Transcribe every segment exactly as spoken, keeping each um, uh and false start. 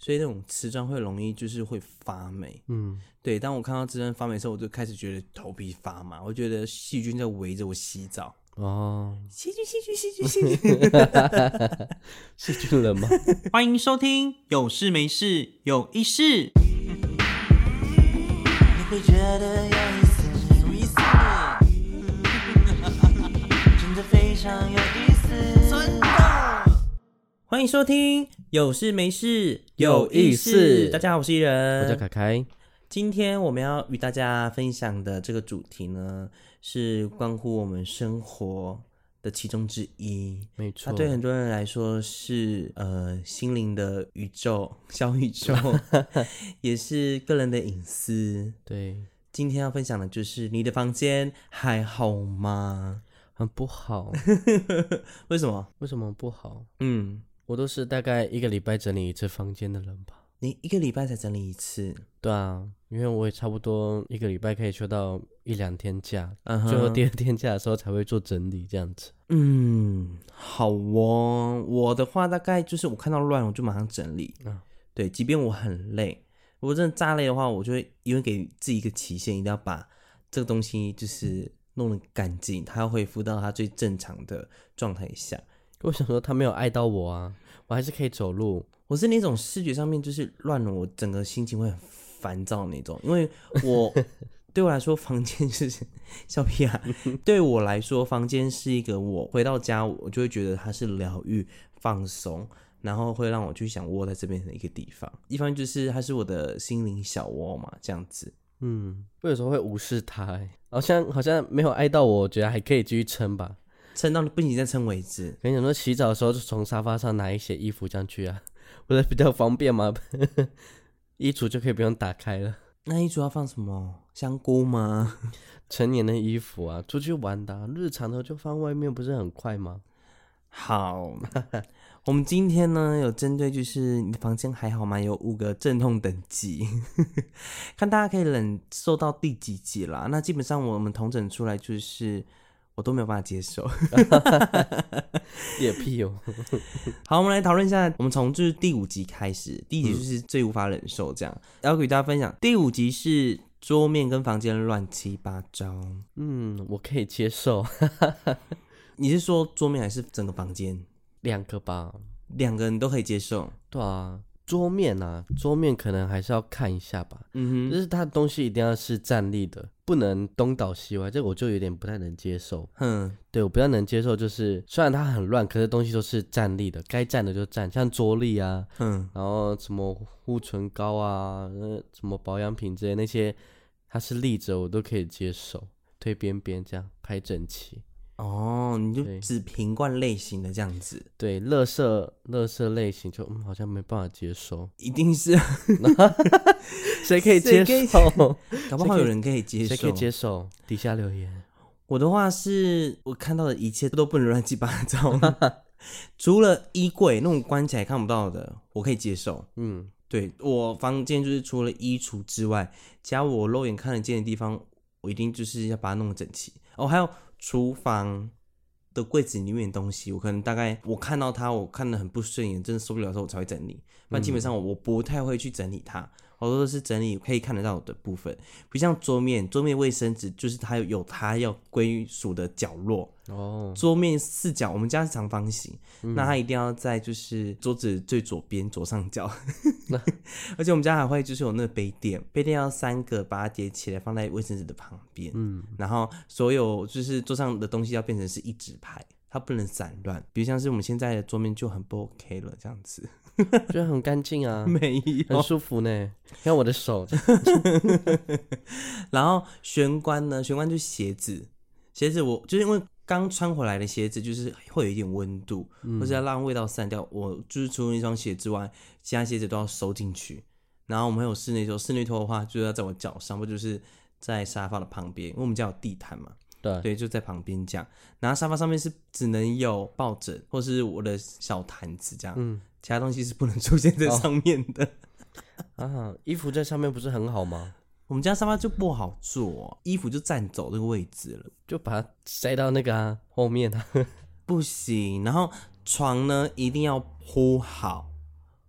所以那种瓷砖会容易就是会发霉。嗯，对。当我看到瓷砖发霉的时候，我就开始觉得头皮发麻，我觉得细菌在围着我洗澡。哦，细菌细菌细菌细菌细菌人吗？ 欢迎收听有事没事有意思。 你会觉得有意思，有意思，真的非常有意思，真的。 欢迎收听有事没事有意思。 大家好，我是艺人， 我叫凯凯。 今天我们要与大家分享的这个主题呢，是关乎我们生活的其中之一。 没错， 它对很多人来说是呃心灵的宇宙、小宇宙，也是个人的隐私。 对， 今天要分享的就是你的房间还好吗？ 很不好。 为什么？ 为什么不好？ 嗯， 我都是大概一个礼拜整理一次房间的人吧。 你一个礼拜才整理一次？ 对啊，因为我也差不多一个礼拜可以休到一两天假， 嗯哼， 最后第二天假的时候才会做整理这样子。 嗯，好哦。我的话大概就是我看到乱我就马上整理。嗯，对，即便我很累，如果真的炸累的话，我就会因为给自己一个期限，一定要把这个东西就是弄得干净，它要恢复到它最正常的状态下。 我想说他没有爱到我啊，我还是可以走路。 我是那种视觉上面就是乱了，我整个心情会很烦躁那种，因为我对我来说房间就是笑屁啊，对我来说房间是一个我回到家我就会觉得它是疗愈放松，然后会让我去想窝在这边的一个地方，一方面就是它是我的心灵小窝嘛，这样子。 嗯，我有时候会无视它、欸，好像好像没有爱到我，我觉得还可以继续撑吧， 撑到不行再撑为止。 跟你讲说洗澡的时候就从沙发上拿一些衣服这样去啊，不是比较方便吗？衣橱就可以不用打开了。 那衣橱要放什么？香菇吗？ 成年的衣服啊，出去玩的、啊、日常的就放外面不是很快吗？ 好，我们今天呢有针对就是你的房间还好吗？有五个阵痛等级，看大家可以忍受到第几级啦。那基本上我们统整出来就是我都没有办法接受， 也屁哦。 好，我们来讨论一下，我们从就是第五集开始，第一集就是最无法忍受这样，然后给大家分享。第五集是桌面跟房间乱七八糟。 嗯，我可以接受。 你是说桌面还是整个房间？ 两个吧， 两个人都可以接受。 对啊，桌面啊，桌面可能还是要看一下吧。嗯哼，就是它的东西一定要是站立的，不能东倒西歪，这个我就有点不太能接受。嗯，对，我比较能接受就是虽然它很乱，可是东西都是站立的，该站的就站，像桌立啊，嗯，然后什么护唇膏啊，呃，什么保养品之类那些，它是立着我都可以接受，推边边这样排整齐。 哦，你就只瓶罐类型的这样子。 对，垃圾垃圾类型就、嗯、好像没办法接受。 一定是谁可以接受？ 搞不好有人可以接受。 谁可以接受？底下留言。 我的话是我看到的一切都不能乱七八糟，除了衣柜那种关起来看不到的，我可以接受。嗯，对，我房间就是除了衣橱之外，加我肉眼看得见的地方，我一定就是要把它弄得整齐。哦，还有厨房的柜子里面的东西，我可能大概我看到它，我看得很不顺眼，真的受不了的时候，我才会整理。不然基本上我不太会去整理它，我都是整理可以看得到的部分。不像桌面，桌面卫生纸就是它有它要归属的角落。哦，桌面四角，我们家是长方形，嗯、那它一定要在就是桌子最左边左上角。而且我们家还会就是有那个杯垫，杯垫要三个把它叠起来放在卫生纸的旁边。嗯，然后所有就是桌上的东西要变成是一直排，它不能散乱。比如像是我们现在的桌面就很不 OK 了，这样子。 觉得很干净啊， 没有， 很舒服呢。看我的手。 然后玄关呢，玄关就是鞋子，鞋子我就是因为刚穿回来的鞋子，就是会有一点温度，嗯、或者要让味道散掉。我就是除了一双鞋之外，其他鞋子都要收进去。然后我们还有室内拖，室内拖的话就是要在我脚上，不就是在沙发的旁边，因为我们家有地毯嘛。 对, 对，就在旁边这样。然后沙发上面是只能有抱枕或是我的小毯子这样，嗯、其他东西是不能出现在上面的。 哦、啊，衣服在上面不是很好吗？ 我们家沙发就不好坐，衣服就占走这个位置了， 就把它塞到那个、啊、后面啊。 不行。然后床呢一定要铺好，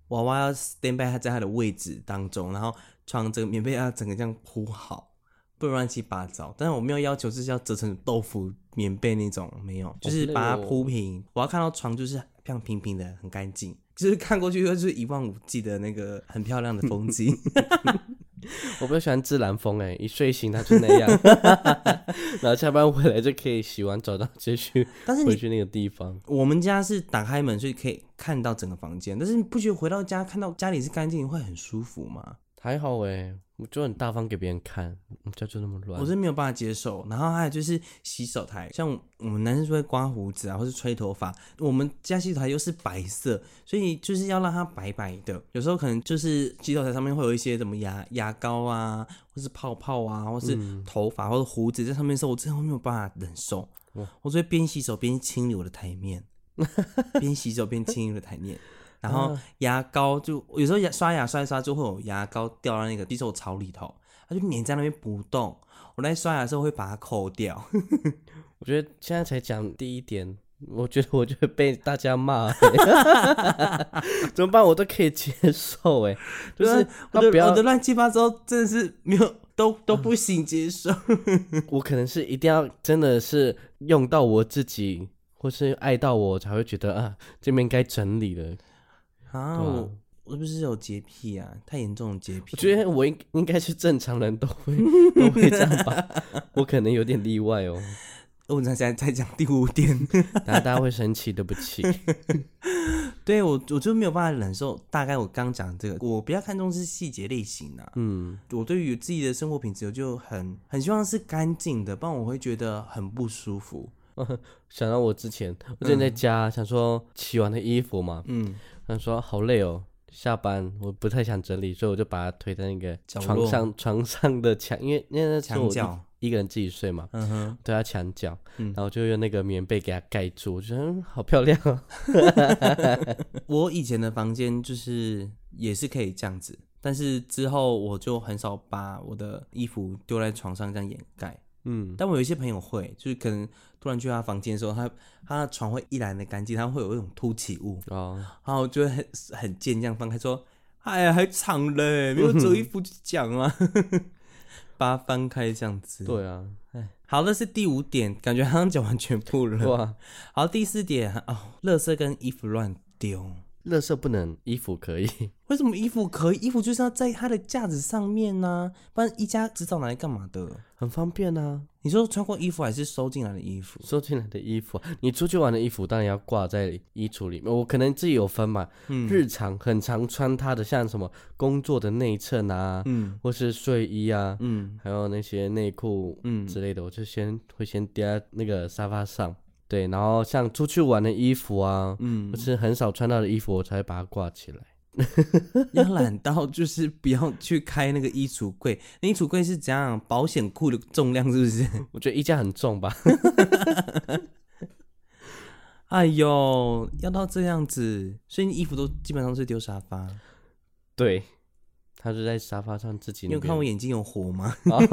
娃娃要 stand by 他在他的位置当中，然后床这个棉被要整个这样铺好，不能乱七八糟。但是我没有要求就是要折成豆腐棉被那种，没有，就是把它铺平。我要看到床就是像平平的，很干净，就是看过去就是一望无际的那个很漂亮的风景。 我比较喜欢自然风哎，一睡醒它就那样，然后下班回来就可以洗完澡，然后直接去回去那个地方。 我们家是打开门，所以可以看到整个房间，但是你不觉得回到家看到家里是干净会很舒服吗？ 还好哎，我就很大方给别人看，我家就那么乱， 我是没有办法接受。然后还有就是洗手台，像我们男生就会刮胡子啊，或是吹头发，我们家洗手台又是白色，所以就是要让它白白的。有时候可能就是洗手台上面会有一些什么牙牙膏啊，或是泡泡啊，或是头发、嗯、或者胡子在上面的时候，我真的没有办法忍受。我就会边洗手边清理我的台面，边洗手边清理我的台面。然后牙膏就有时候刷牙刷一刷就会有牙膏掉到那个洗手槽里头，它就粘在那边不动。我在刷牙的时候会把它抠掉。 我觉得现在才讲第一点，我觉得我就会被大家骂、欸，怎么办？我都可以接受哎、欸，就是我的我的乱七八糟真的是没有都都不行接受。 我可能是一定要真的是用到我自己，或是爱到我才会觉得啊，这边该整理了。 啊，我我是不是有洁癖啊？太严重的洁癖。 我觉得我应应该是正常人都会都会这样吧，我可能有点例外哦。 我现在在讲第五点， 大家大家会生气，对不起。 对我我就没有办法忍受。大概我刚讲这个，我比较看重是细节类型啊。嗯，我对于自己的生活品质，我就很很希望是干净的，不然我会觉得很不舒服。 想到我之前，我之前在家、嗯、想说洗完的衣服嘛，嗯，想说好累哦，下班我不太想整理，所以我就把它推在那个床上床上的墙，因为那时候我一个人自己睡嘛，嗯哼，推在墙角、嗯，然后就用那个棉被给它盖住，我觉得、嗯、好漂亮哦。 我以前的房间就是也是可以这样子，但是之后我就很少把我的衣服丢在床上这样掩盖。嗯，但我有一些朋友会，就是可能突然去他房间的时候，他他的床会一览的干净，他会有一种凸起物哦，然后我就会很很贱这样翻开说，哎呀还长嘞，没有折衣服就讲啊，把它翻开这样子。 对啊， 好，这是第五点，感觉好像讲完全部了。哇，好，第四点哦，垃圾跟衣服乱丢。 垃圾不能，衣服可以。 为什么衣服可以？衣服就是要在它的架子上面啊，不然衣架制造拿来干嘛的？ 很方便啊。 你说穿过衣服还是收进来的衣服？ 收进来的衣服，你出去玩的衣服当然要挂在衣橱里面。我可能自己有分嘛，嗯、日常很常穿它的，像什么工作的内衬啊，嗯，或是睡衣啊，嗯，还有那些内裤之类的，我就先会先叠在那个沙发上。对，然后像出去玩的衣服啊，嗯，或是很少穿到的衣服，我才会把它挂起来。 要懒到就是不要去开那个衣橱柜，那衣橱柜是怎样？保险库的重量是不是？ 我觉得衣架很重吧。 哎呦，要到这样子，所以你衣服都基本上是丢沙发。 对，他就在沙发上自己那边。 你有看我眼睛有火吗？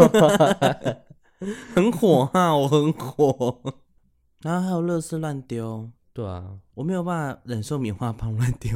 很火啊，我很火。然后还有垃圾乱丢， 对啊， 我没有办法忍受棉花棒乱丢。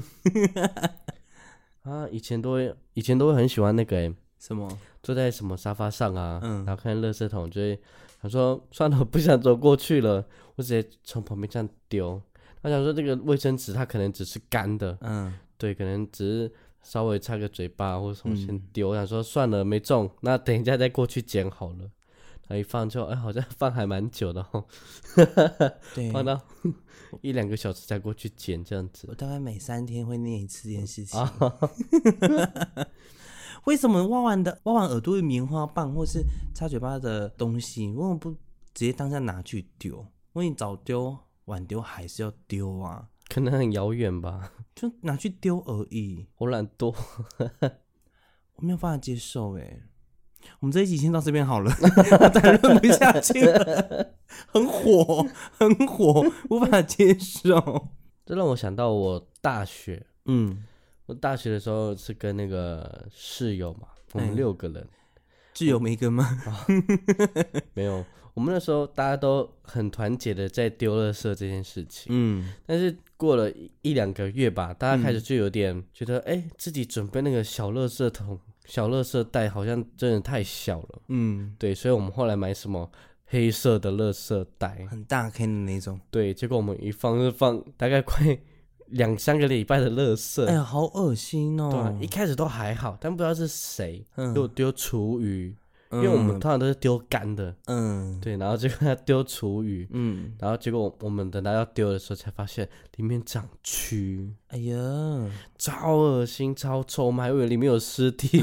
啊，以前都会，以前都会很喜欢那个诶， 什么？ 坐在什么沙发上啊，嗯，然后看垃圾桶，就会想说算了，我不想走过去了，我直接从旁边这样丢。他想说这个卫生纸它可能只是干的，嗯，对，可能只是稍微擦个嘴巴或者什么先丢。我想说算了，没中，那等一下再过去捡好了。他一放就哎，好像放还蛮久的哦，对，放到一两个小时才过去捡这样子。 我大概每三天会念一次这件事情。为什么挖完的挖完耳朵的棉花棒或是擦嘴巴的东西，为什么不直接当下拿去丢？因为你早丢晚丢还是要丢啊。 可能很遥远吧， 就拿去丢而已。 我懒惰， 我没有办法接受哎。我们这一集先到这边好了，我谈论不下去了，很火，很火，无法接受。 这让我想到我大学，嗯，我大学的时候是跟那个室友嘛，我们六个人， 挚友没跟吗？ 没有，我们那时候大家都很团结的在丢垃圾这件事情。嗯，但是过了一两个月吧，大家开始就有点觉得，哎、嗯欸，自己准备那个小垃圾桶、小垃圾袋好像真的太小了。嗯，对，所以我们后来买什么黑色的垃圾袋， 很大坑的那种。 对，结果我们一放就放大概快两三个礼拜的垃圾。 哎呀，好恶心哦！ 对、啊，一开始都还好，但不知道是谁又丢厨余。因为我们通常都是丢干的，嗯，对，然后结果他丢厨余，嗯，然后结果我们等到要丢的时候才发现里面长蛆， 哎呀， 超恶心，超臭，我们还以为里面有尸体，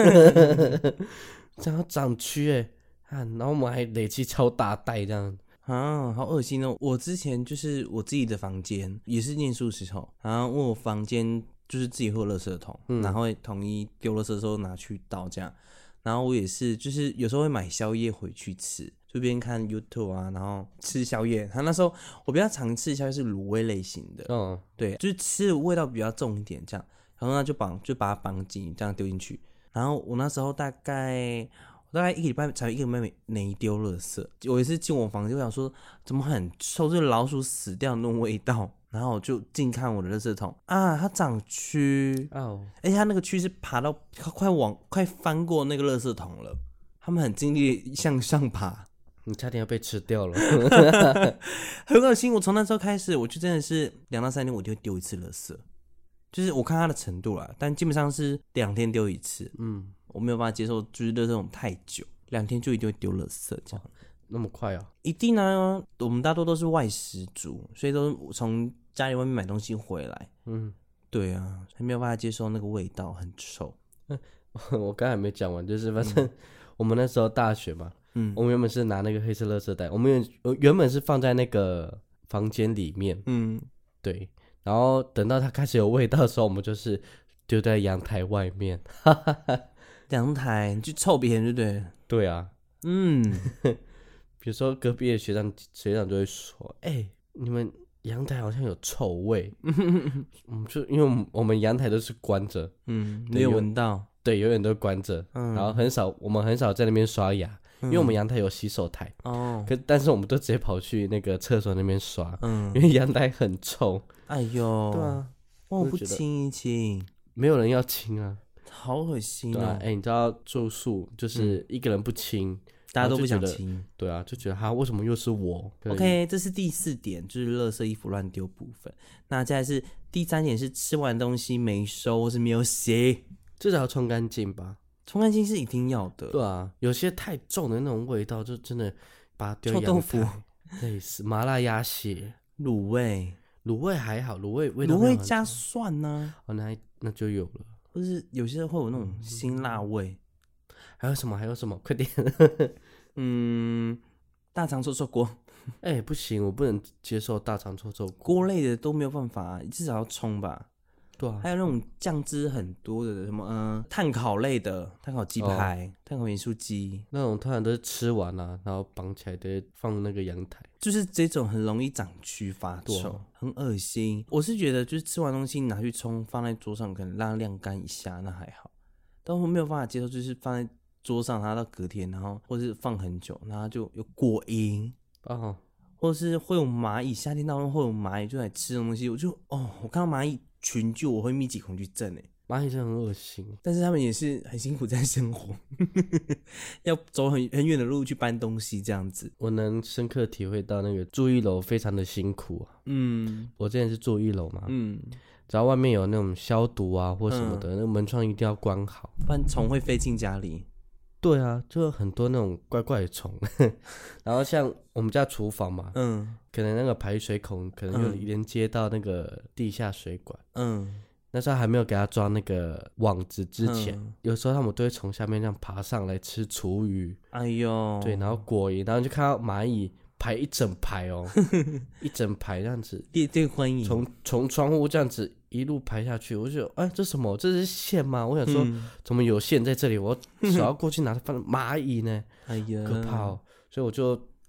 这样长蛆哎、欸，啊，然后我们还累积超大袋这样， 啊，好恶心哦！我之前就是我自己的房间，也是念书时候，然后我房间就是自己会有垃圾桶，嗯、然后会统一丢垃圾的时候拿去倒这样。然后我也是，就是有时候会买宵夜回去吃，就边看 YouTube 啊，然后吃宵夜。他那时候我比较常吃宵夜是卤味类型的，嗯，对，就是吃的味道比较重一点这样。然后呢就绑就把它绑紧，这样丢进去。然后我那时候大概我大概一个礼拜才一个礼拜没丢垃圾。有一次进我房间，我想说怎么很臭，就是老鼠死掉的那种味道。然后我就近看我的垃圾桶啊，它长蛆哦，而且它那个蛆是爬到快往快翻过那个垃圾桶了，他们很尽力向上爬， 你差点要被吃掉了， 很恶心。我从那时候开始，我就真的是两到三天我就会丢一次垃圾，就是我看它的程度啦，但基本上是两天丢一次。嗯，我没有办法接受，就是垃圾桶太久，两天就一定会丢垃圾这样。哦， 那么快啊？ 一定啊！我们大多都是外食族，所以都从家里外面买东西回来。嗯，对啊，还没有办法接受那个味道，很臭。 我刚才还没讲完，就是反正我们那时候大学嘛，嗯，我们原本是拿那个黑色垃圾袋，我们原原本是放在那个房间里面，嗯，对，然后等到它开始有味道的时候，我们就是丢在阳台外面。 阳台，你去臭别人，对不对？ 对啊，嗯。比如说隔壁的学长学长就会说，哎、欸，你们阳台好像有臭味。我们就因为我们阳台都是关着，嗯， 没有闻到， 对，永远都关着，嗯，然后很少我们很少在那边刷牙，嗯，因为我们阳台有洗手台，哦，可但是我们都直接跑去那个厕所那边刷，嗯，因为阳台很臭。 哎呦， 对啊， 我不清一清， 没有人要清啊， 好恶心哦。 对啊，哎、欸，你知道住宿就是一个人不清。嗯， 大家都不想清， 对啊，就觉得他为什么又是我 ？OK， 这是第四点，就是垃圾衣服乱丢部分。那再来是第三点，是吃完东西没收或是没有洗， 至少要冲干净吧？ 冲干净是一定要的。 对啊，有些太重的那种味道，就真的把它丢阳台。臭豆腐，类似麻辣鸭血、 卤味， 卤味还好，卤味味道卤味加蒜呢、 啊，哦，那那就有了。 或是有些会有那种辛辣味。嗯， 还有什么？还有什么？快点！ 嗯，大肠臭臭锅。 哎、欸，不行，我不能接受大肠臭臭锅。 锅类的都没有办法，至少要冲吧。 对啊。 还有那种酱汁很多的，什么嗯、呃，炭烤类的，炭烤鸡排、哦、炭烤盐酥鸡， 那种通常都是吃完啊，然后绑起来的放那个阳台。 就是这种很容易长蛆发臭，啊，很恶心。我是觉得，就是吃完东西拿去冲，放在桌上，可能让它晾干一下，那还好。但我没有办法接受，就是放在桌上，它到隔天，然后或是放很久，然后就有果蝇哦，或是会有蚂蚁，夏天到晚会有蚂蚁就来吃的东西，我就哦，我看到蚂蚁群聚，我会密集恐惧症诶。 蚂蚁真的很恶心， 但是他们也是很辛苦在生活，要走很很远的路去搬东西这样子。 我能深刻体会到那个住一楼非常的辛苦啊。嗯，我之前是住一楼嘛，嗯。只要外面有那种消毒啊或什么的，嗯、那个门窗一定要关好， 不然虫会飞进家里。 对啊，就有很多那种怪怪的虫。然后像我们家厨房嘛，嗯，可能那个排水孔可能就连接到那个地下水管，嗯，那时候还没有给它装那个网子之前，嗯、有时候他们都会从下面这样爬上来吃厨余。 哎呦， 对，然后果蝇，然后就看到蚂蚁。排一整排哦，一整排这样子， 列队欢迎， 从从窗户这样子一路排下去，我就哎，这什么？这是线吗？我想说，嗯、怎么有线在这里？我手要过去拿，放蚂蚁呢， 哎呀， 可怕哦！所以我就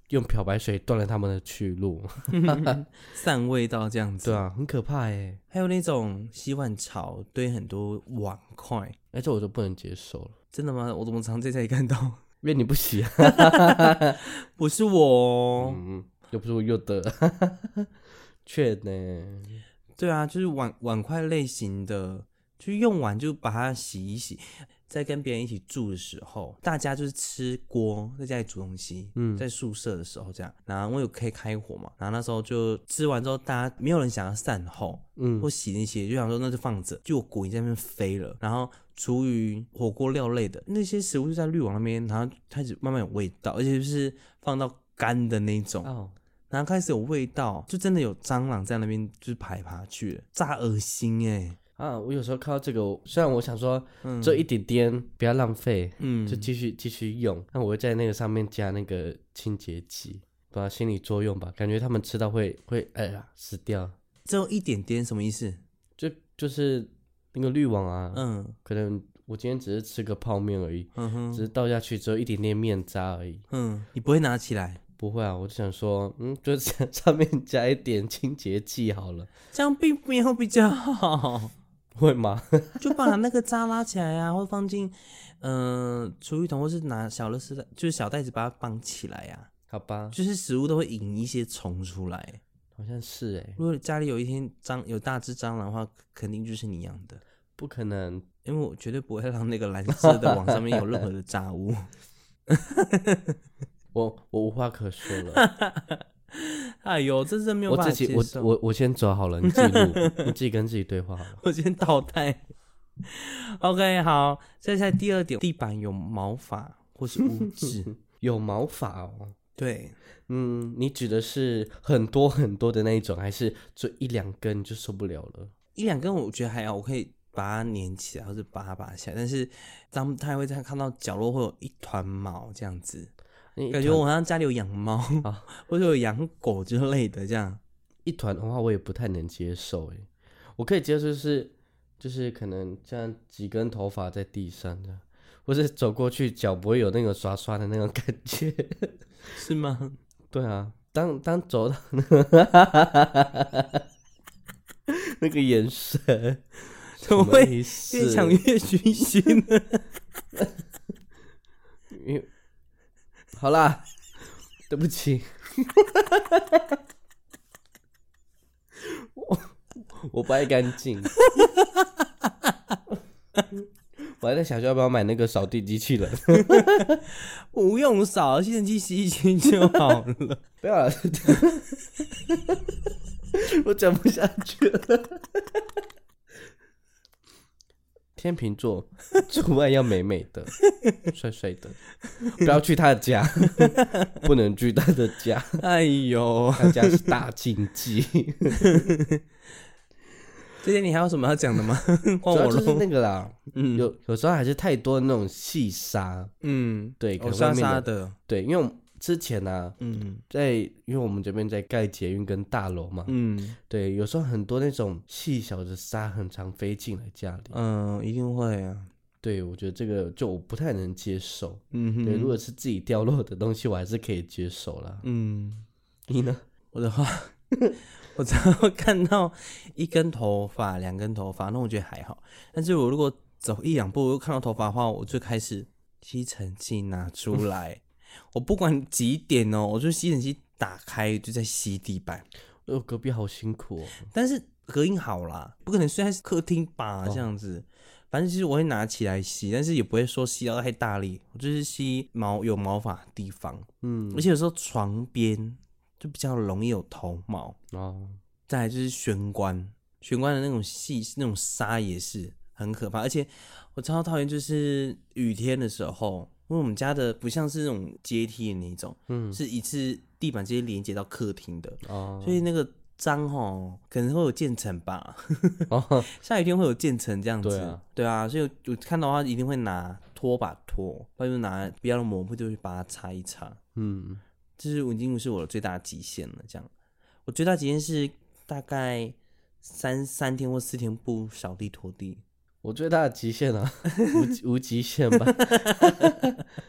用漂白水断了他们的去路， 散味道这样子。 对啊，很可怕耶。 还有那种洗碗槽堆很多碗筷， 哎，这我就不能接受了。 真的吗？我怎么常在这里看到？ 因为你不洗啊。 不是我， 嗯，又不是我又的。确呢。 对啊，就是碗碗筷类型的，就用完就把它洗一洗。在跟别人一起住的时候，大家就是吃锅，在家里煮东西。嗯，在宿舍的时候这样，然后我有可以开火嘛，然后那时候就吃完之后，大家没有人想要善后，嗯，或洗那些，就想说那就放着，就有果蝇在那边飞了。然后厨余、火锅料类的那些食物就在滤网那边，然后开始慢慢有味道，而且就是放到干的那种。哦。然后开始有味道，就真的有蟑螂在那边就是爬来爬去的，炸恶心哎、欸！ 啊，我有时候看到这个，虽然我想说，嗯，这一点点不要浪费，嗯，就继续继续用，那我会在那个上面加那个清洁剂，不知道心理作用吧？感觉他们吃到会会哎呀死掉。 只有一点点什么意思？ 就就是那个滤网啊，嗯，可能我今天只是吃个泡面而已，嗯哼，只是倒下去只有一点点面渣而已， 嗯，你不会拿起来？ 不会啊，我就想说，嗯，就上面加一点清洁剂好了， 这样并没有比较好。 会吗？ 就把那个渣拉起来啊，或放进嗯厨余桶，或是拿小垃圾袋，就是小袋子把它绑起来啊。 好吧， 就是食物都会引一些虫出来。 好像是哎。 如果家里有一天蟑有大只蟑螂的话，肯定就是你养的。 不可能， 因为我绝对不会让那个蓝色的网上面有任何的杂物。 我我无话可说了。 哎呦，真是没有办法接受。 我自己，我我我先走好了，你自己录，你自己跟自己对话好了。 我先倒带。OK， 好，再下第二点，地板有毛发或是污渍。 有毛发哦。 对， 嗯，你指的是很多很多的那一种，还是就一两根就受不了了？ 一两根我觉得还好，我可以把它粘起来，或者把它拔起来。但是当他会在看到角落会有一团毛这样子。感觉我好像家里有养猫、啊、或者有养狗之类的，这样一团的话我也不太能接受耶。我可以接受就是就是可能这样几根头发在地上这样，或是走过去脚不会有那个刷刷的那种感觉。 是吗？ 对啊，当当走到那个那个眼神怎么会越讲越虚心呢？ 因为好啦，对不起。我我不爱干净。我还在想要不要买那个扫地机器人。 不用扫，吸尘器吸一吸就好了。 不要了。我讲不下去了。天秤座出外要美美的帅帅的，不要去他的家。不能去他的家。 哎呦， 他家是大禁忌。 这些你还有什么要讲的吗？ 主要就是那个啦，嗯，有有时候还是太多那种细沙，嗯，对， 哦，沙沙的， 对，因为我们之前呢、啊，嗯，在因为我们这边在盖捷运跟大楼嘛，嗯，对，有时候很多那种细小的沙很常飞进来家里， 嗯，一定会啊， 对，我觉得这个就我不太能接受，嗯哼，对，如果是自己掉落的东西，我还是可以接受啦，嗯，你呢？ 我的话。我只要看到一根头发、两根头发，那我觉得还好。但是我如果走一两步，我又看到头发的话，我就开始吸尘器拿出来。我不管几点哦，我就吸尘器打开，就在吸地板。 呃，隔壁好辛苦哦。 但是隔音好啦，不可能睡在客厅吧、哦、这样子。反正其实我会拿起来吸，但是也不会说吸到太大力，我就是吸毛有毛发的地方。嗯，而且有时候床边。就比较容易有头毛哦，再来就是玄关，玄关的那种细那种沙也是很可怕，而且我超讨厌就是雨天的时候，因为我们家的不像是那种阶梯的那种，嗯，是一次地板直接连接到客厅的哦，所以那个脏吼可能会有渐层吧，哦，下雨天会有渐层这样子，对啊，对啊，所以我看到的话一定会拿拖把拖，或者拿不要的抹布就去把它擦一擦，嗯。这是已经是我的最大极限了。这样，我最大极限是大概三三天或四天不扫地拖地。 我最大的极限啊，无无极限吧。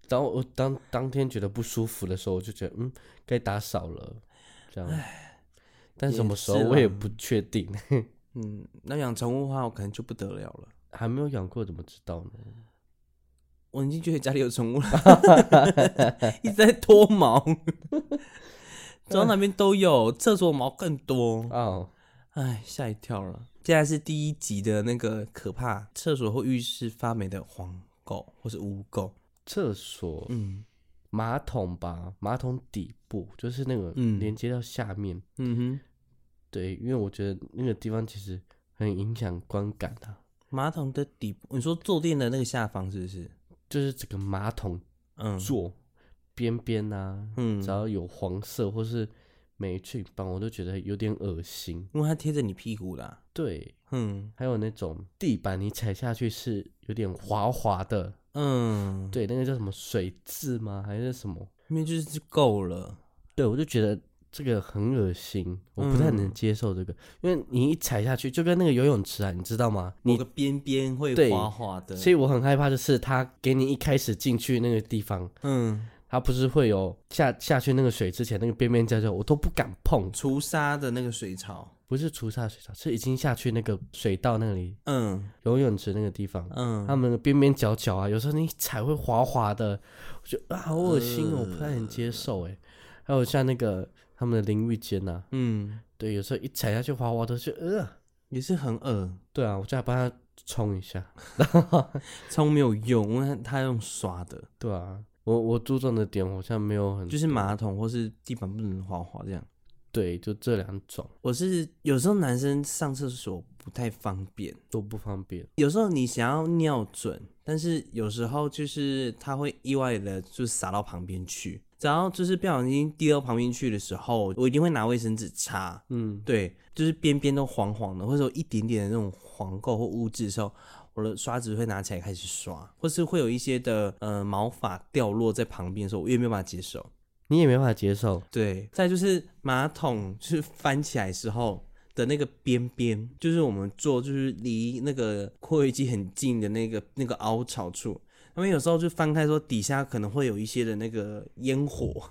当我当当天觉得不舒服的时候，我就觉得嗯，该打扫了，这样。但什么时候我也不确定。 嗯，那养宠物的话，我可能就不得了了。 还没有养过，怎么知道呢？ 我已经觉得家里有宠物了，一直在脱毛，走到哪边都有，厕所毛更多哦。哎，吓一跳了。现在是第一集的那个可怕厕所或浴室发霉的黄垢或是污垢。 厕所，嗯，马桶吧，马桶底部就是那个连接到下面，嗯哼，对，因为我觉得那个地方其实很影响观感啊。 马桶的底部，你说坐垫的那个下方是不是？ 就是整个马桶座边边啊，嗯，只要有黄色或是霉菌斑，我都觉得有点恶心， 因为它贴着你屁股啦、啊。 对，嗯，还有那种地板你踩下去是有点滑滑的，嗯，对，那个叫什么水渍吗？还是什么？ 因为就是够了。 对，我就觉得这个很恶心，我不太能接受这个，嗯、因为你一踩下去就跟那个游泳池啊，你知道吗？你有个边边会滑滑的， 所以我很害怕，就是他给你一开始进去那个地方，嗯，他不是会有下下去那个水之前那个边边角角，我都不敢碰。 除沙的那个水槽， 不是除沙水槽，是已经下去那个水道那里，嗯，游泳池那个地方，嗯，他们的边边角角啊，有时候你踩会滑滑的，我觉得啊好恶心哦，呃、我不太能接受哎。还有像那个。他们的淋浴间呐、啊，嗯，对，有时候一踩下去滑滑的就呃， 也是很恶。 对啊，我就要帮他冲一下， 冲没有用，因为他用刷的。 对啊，我我注重的点好像没有很， 就是马桶或是地板不能滑滑这样。 对，就这两种。 我是有时候男生上厕所不太方便， 都不方便。 有时候你想要尿准，但是有时候就是他会意外的就洒到旁边去。只要就是不小心滴到旁边去的时候，我一定会拿卫生纸擦。嗯，对，就是边边都黄黄的，或者有一点点的那种黄垢或污渍的时候，我的刷子会拿起来开始刷，或是会有一些的呃毛发掉落在旁边的时候，我也没有办法接受。 你也没办法接受？ 对，再就是马桶就是翻起来的时候的那个边边，就是我们坐就是离那个括约肌很近的那个那个凹槽处。因为有时候就翻开说底下可能会有一些的那个烟火，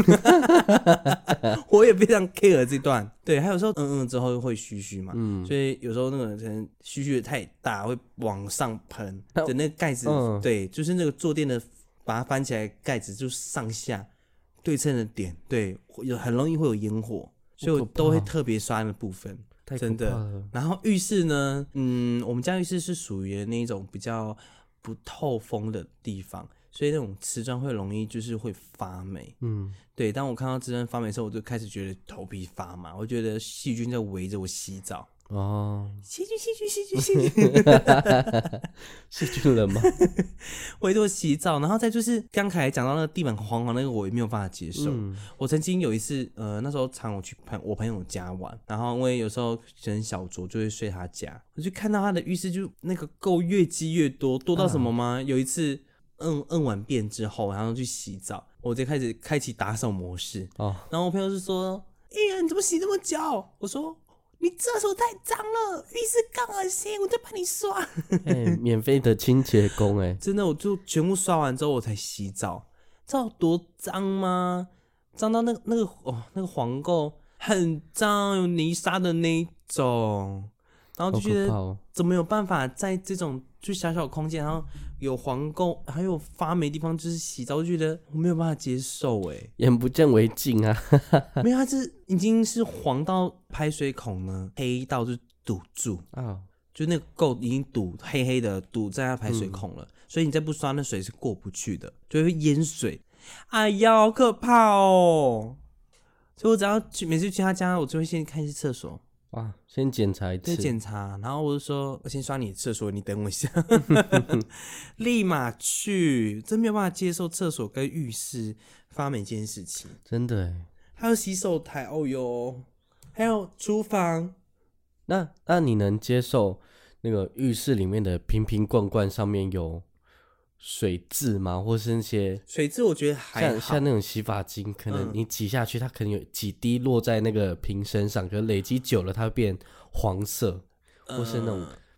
我也非常 care 这段。对，还有时候嗯嗯之后会嘘嘘嘛，嗯，所以有时候那个可能嘘嘘的太大会往上喷的那个盖子，嗯、对，就是那个坐垫的把它翻起来盖子就上下对称的点，对，很容易会有烟火，所以我都会特别刷那部分，真的。然后浴室呢，嗯，我们家浴室是属于那种比较。不透风的地方，所以那种瓷砖会容易就是会发霉。嗯，对。当我看到瓷砖发霉的时候，我就开始觉得头皮发麻，我觉得细菌在围着我洗澡。哦，细菌，细菌，细菌，细菌， 细菌人吗？ 围着我洗澡，然后再就是刚才讲到那个地板黄黄那个，我也没有办法接受。嗯、我曾经有一次，呃，那时候常我去朋我朋友家玩，然后因为有时候人小酌就会睡他家，我就看到他的浴室就那个垢越积越多，多到什么吗？嗯、有一次摁摁完便之后，然后去洗澡，我就开始开启打扫模式。哦，然后我朋友就说：“哎呀，你怎么洗这么久？”我说。你厕所太脏了，浴室更恶心，我再帮你刷。 哎、欸，免费的清洁工哎、欸， 真的，我就全部刷完之后我才洗澡，知道有多脏吗？脏到那个那个哦，那个黄垢很脏，有泥沙的那一种，然后就觉得怎么有办法在这种就小小的空间，然后有黄垢还有发霉的地方，就是洗澡，我就觉得我没有办法接受哎， 眼不见为净啊。 没有，它是已经是黄到排水孔呢，黑到就堵住啊， oh. 就那个垢已经堵黑黑的堵在它排水孔了，嗯、所以你再不刷，那水是过不去的，就会淹水。哎呀，好可怕哦！所以我只要去每次去他家，我就会先看一次厕所。 哇，先检查一次， 先检查，然后我就说，我先刷你的厕所，你等我一下，立马去，真没有办法接受厕所跟浴室发霉这件事情， 真的耶。 还有洗手台，哦哟，还有厨房。 那那你能接受那个浴室里面的瓶瓶罐罐上面有水渍吗？或是那些水渍，我觉得还好。 像像那种洗发精，可能你挤下去，嗯、它可能有几滴落在那个瓶身上，可能累积久了，它会变黄色，呃、或是那种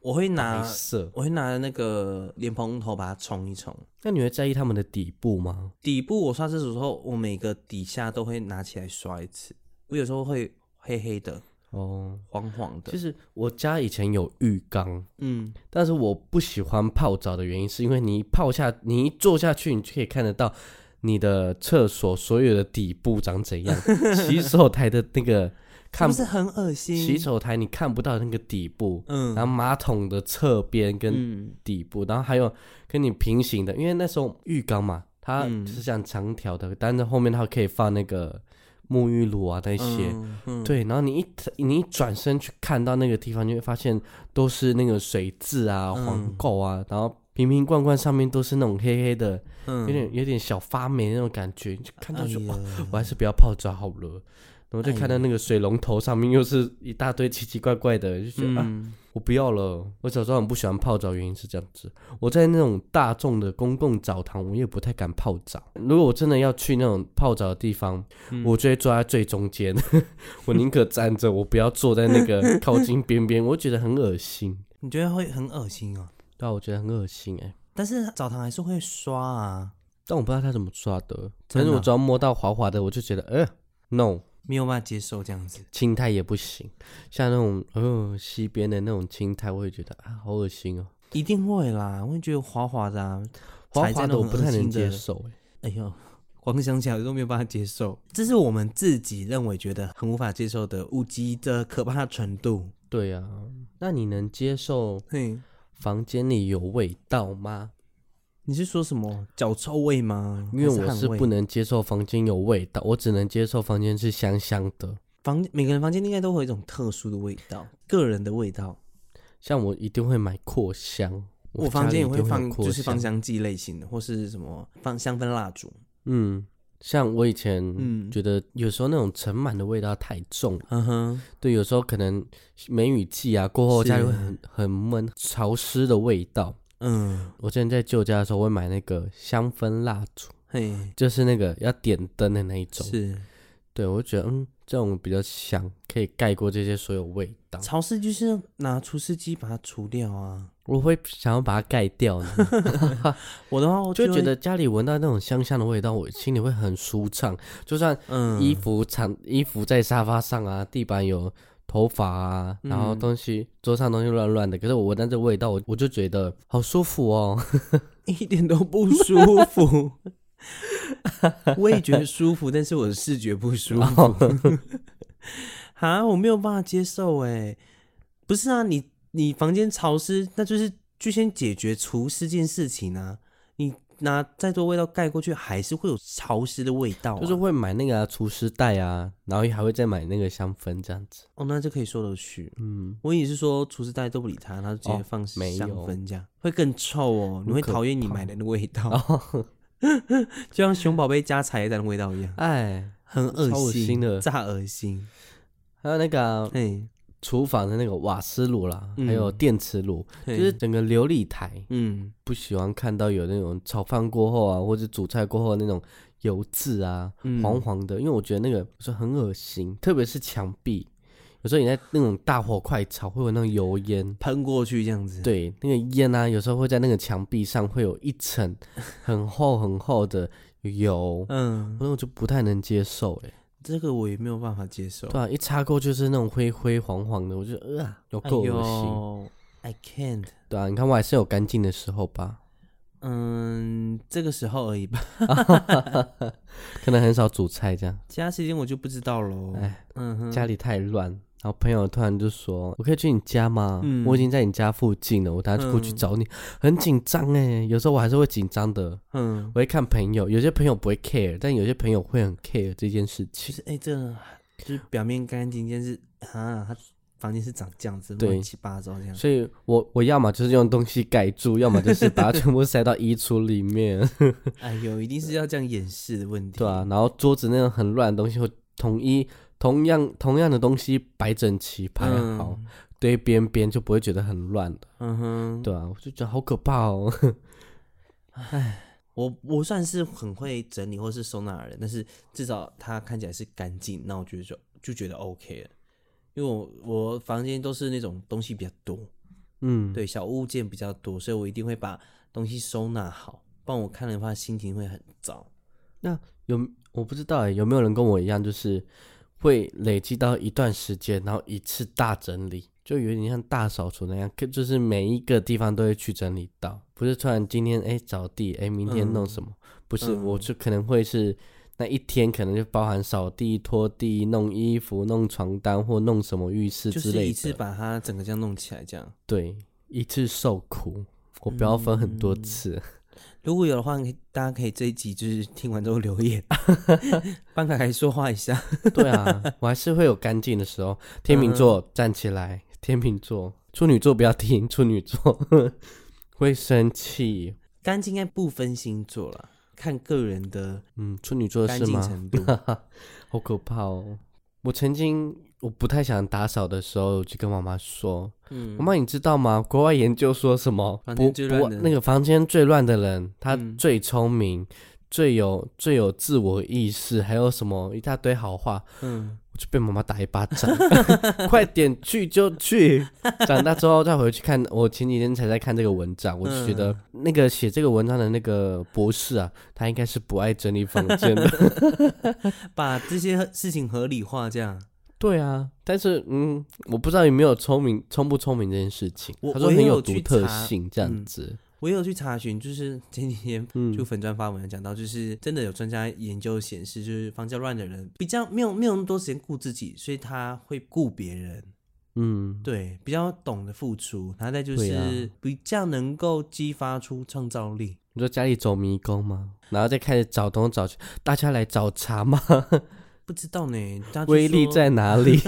我会拿白色， 我会拿那个莲蓬头把它冲一冲。 那你会在意他们的底部吗？ 底部我刷厕所的时候，我每个底下都会拿起来刷一次。我有时候会黑黑的。哦，黄黄的。 其实我家以前有浴缸，嗯，但是我不喜欢泡澡的原因，是因为你一泡下，你一坐下去，你就可以看得到你的厕所所有的底部长怎样。洗手台的那个看， 是不是很恶心？ 洗手台你看不到那个底部，嗯，然后马桶的侧边跟底部，嗯、然后还有跟你平行的，因为那时候浴缸嘛，它是像长条的，嗯、但是后面它可以放那个。沐浴乳啊那些、嗯嗯、对，然后你一你一转身去看到那个地方，就会发现都是那个水渍啊、黄垢啊、嗯、然后瓶瓶罐罐上面都是那种黑黑的、嗯、有点有点小发霉那种感觉，你就看到说、哎哦、我还是不要泡澡好了。然后就看到那个水龙头上面又是一大堆奇奇怪怪的，就觉得、嗯、啊，我不要了。我小时候很不喜欢泡澡，原因是这样子。我在那种大众的公共澡堂，我也不太敢泡澡。如果我真的要去那种泡澡的地方，嗯、我就会坐在最中间。我宁可站着，我不要坐在那个靠近边边，我觉得很恶心。 你觉得会很恶心哦？ 对啊，我觉得很恶心哎、欸。 但是澡堂还是会刷啊， 但我不知道他怎么刷的。但是我只要摸到滑滑的，我就觉得呃 ，no。 没有办法接受这样子， 青苔也不行，像那种呃溪边的那种青苔，我会觉得啊好恶心哦。 一定会啦，我会觉得滑滑的啊， 滑滑的我不太能接受哎。哎呦，光想起来都没有办法接受，这是我们自己认为觉得很无法接受的五级的可怕程度。 对啊，那你能接受房间里有味道吗？ 你是说什么脚臭味吗？ 因为我是不能接受房间有味道，我只能接受房间是香香的。 房每个人房间应该都会有一种特殊的味道，个人的味道。 像我一定会买扩香， 我, 我房间也会放，就是芳香剂类型的，或是什么放香氛蜡烛。 嗯，像我以前觉得有时候那种尘螨的味道太重，嗯哼，对，有时候可能梅雨季啊过后家里会很很闷潮湿的味道。嗯，我之前在旧家的时候，我会买那个香氛蜡烛，嘿，就是那个要点灯的那一种。是，对，我就觉得嗯，这种比较香，可以盖过这些所有味道。 潮湿就是拿除湿机把它除掉啊。 我会想要把它盖掉呢。 我的话，我就就觉得家里闻到那种香香的味道，我心里会很舒畅。就算衣服藏、嗯、衣服在沙发上啊，地板有头发啊，然后东西、嗯、桌上东西乱乱的，可是我闻到这味道，我我就觉得好舒服哦。 一点都不舒服。我也觉得舒服，但是我的视觉不舒服。啊，我没有办法接受哎。不是啊，你你房间潮湿，那就是就先解决除湿这件事情啊。你拿再多味道盖过去，还是会有潮湿的味道、啊。 就是会买那个、啊、除湿袋啊，然后还会再买那个香氛这样子。 哦，那就可以说得去。嗯，我也是说除湿袋都不理它，它就直接放香氛这样、哦，会更臭哦。你会讨厌你买的那个味道。哦、就像熊宝贝加茶叶蛋的味道一样。哎，很恶心，超恶心的，炸恶心。 还有那个、啊，哎。厨房的那个瓦斯炉啦、嗯，还有电磁炉，就是整个流理台，嗯，不喜欢看到有那种炒饭过后啊，或者煮菜过后那种油渍啊、嗯，黄黄的，因为我觉得那个有时候很恶心，特别是墙壁，有时候你在那种大火快炒，会有那种油烟喷过去这样子， 对，那个烟啊，有时候会在那个墙壁上会有一层很厚很厚的油，嗯，我就不太能接受、欸，哎。 这个我也没有办法接受。 对啊，一擦过就是那种灰灰黄黄的，我就呃，有够恶心。 I can't。 对啊，你看我还是有干净的时候吧。 嗯，这个时候而已吧。 可能很少煮菜这样。 其他时间我就不知道咯。哎， 嗯哼，家里太乱。然后朋友突然就说：“我可以去你家吗？嗯、我已经在你家附近了，我等下就过去找你。嗯”很紧张哎，有時候我还是會緊張的。嗯，我會看朋友，有些朋友不會 care， 但有些朋友會很 care 這件事情。 就是哎，這就是表面乾淨，但是啊，他房間是長這樣子，亂七八糟這樣。 所以我我要麼就是用東西蓋住，要麼就是把它全部塞到衣櫥裡面。 哎呦，一定是要這樣掩飾的問題。 對啊，然後桌子那種很亂的東西會統一。同樣同樣的東西擺整齊排好，嗯、堆邊邊就不會覺得很亂的。嗯哼，對啊，我就覺得好可怕哦。 唉，我我算是很會整理或是收納的人，但是至少它看起來是乾淨，那我覺得就就覺得 OK 了。因為我我房間都是那種東西比較多， 嗯，对，小物件比较多，所以我一定会把东西收纳好，不然我看了的话心情会很糟。 那有我不知道哎，有没有人跟我一样，就是会累积到一段时间，然后一次大整理，就有点像大扫除那样，就是每一个地方都会去整理到，不是突然今天哎扫地，哎明天弄什么，嗯、不是，嗯、我就可能会是那一天可能就包含扫地、拖地、弄衣服、弄床单或弄什么浴室之类的， 就是一次把它整个这样弄起来，这样对，一次受苦，我不要分很多次。嗯如果有的话，大家可以这一集就是听完之后留言，帮凯凯说话一下。 对啊，我还是会有干净的时候。天秤座、嗯、站起来，天秤座，处女座不要听，处女座会生气。 干净应该不分星座啦，看个人的嗯，处女座是吗？干净程度好可怕哦！我曾经我不太想打扫的时候，就跟妈妈说：“嗯，妈妈，你知道吗？国外研究说什么？ 房间最乱的那个房间最乱的人，他最聪明，嗯、最有最有自我意识，还有什么一大堆好话。”嗯，我就被妈妈打一巴掌，快点去就去。长大之后再回去看，我前几天才在看这个文章，我就觉得、嗯、那个写这个文章的那个博士啊，他应该是不爱整理房间的， 把这些事情合理化，这样。 对啊，但是嗯，我不知道有没有聪明聪不聪明这件事情。他说很有独特性这样子。嗯、 我也有去查询，就是前几天就粉专发文讲到，就是真的有专家研究显示，就是房间乱的人比较没有没有那么多时间顾自己，所以他会顾别人。嗯，对，比较懂得付出，然后再就是比较能够激发出创造力。 你说家里走迷宫吗？然后再开始找东找西，大家来找茬吗？ 不知道呢， 威力在哪里？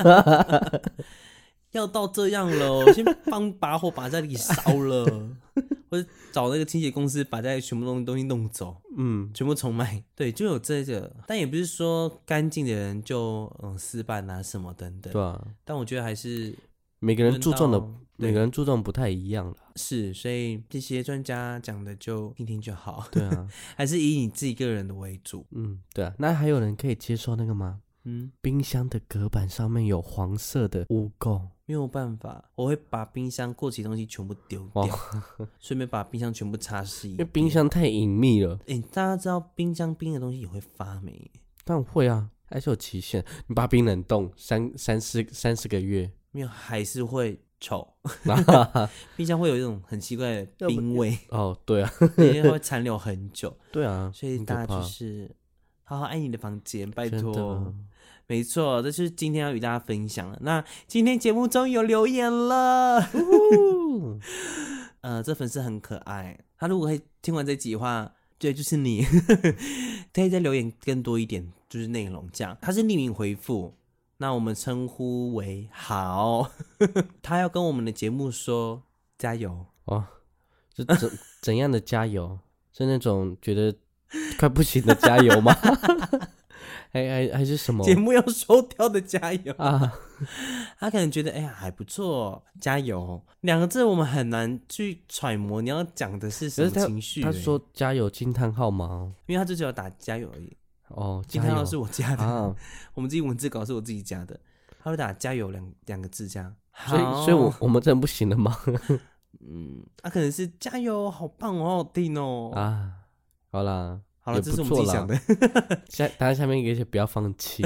要到这样了，先帮把火把家里烧了，或者找那个清洁公司把家里全部东西弄走，嗯，全部重买。对，就有这个，但也不是说干净的人就嗯死板啊什么等等。 对啊， 但我觉得还是每个人注重的，每个人注重不太一样了。 是，所以这些专家讲的就听听就好。 对啊， 还是以你自己个人的为主。 嗯，对啊。那还有人可以接受那个吗？嗯，冰箱的隔板上面有黄色的污垢。 没有办法，我会把冰箱过期的东西全部丢掉，顺便把冰箱全部擦拭一遍。 因为冰箱太隐秘了。 哎、欸，大家知道冰箱冰的东西也会发霉？ 但会啊，还是有期限。你把冰冷冻三三四三四个月， 没有还是会臭。冰箱会有一种很奇怪的冰味。 哦，对啊， 因为会残留很久。 对啊， 所以大家就是好好爱你的房间，拜托。没错，这就是今天要与大家分享了。那今天节目终于有留言了，呃，这粉丝很可爱，他如果可以听完这集的话，对，就是你，可以再留言更多一点，就是内容这样。他是匿名回复，那我们称呼为好。他要跟我们的节目说加油哦，是怎怎样的加油？是那种觉得快不行的加油吗？还还还是什么节目要收掉的加油啊？他可能觉得哎呀还不错，加油两个字我们很难去揣摩你要讲的是什么情绪、欸。 他说加油惊叹号吗？ 因为他就只有打加油而已。 哦， 惊叹号是我加的、啊，我们自己文字稿是我自己加的。他会打加油两两个字这样。 所以所以我我们真的不行了吗？ 嗯，他、啊、可能是加油，好棒哦，好好听哦。 啊，好啦。 好了，这是我们自己想的。 下，当然下面一个不要放弃，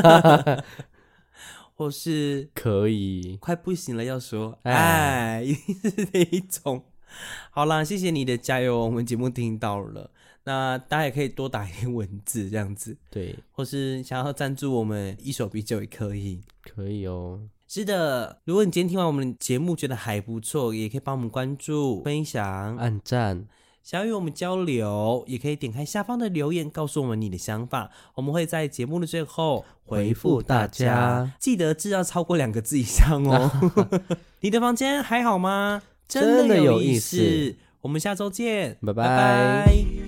或是可以快不行了要说哎，一定是那一种。好啦，谢谢你的加油，我们节目听到了。那大家也可以多打一点文字这样子， 对， 或是想要赞助我们一手啤酒也可以， 可以哦。 是的，如果你今天听完我们的节目觉得还不错，也可以帮我们关注、分享、 按赞。 想要与我们交流，也可以点开下方的留言告诉我们你的想法，我们会在节目的最后回复大家。记得字要超过两个字以上哦。你的房间还好吗？真的有意思。我们下周见， 拜拜。 拜拜。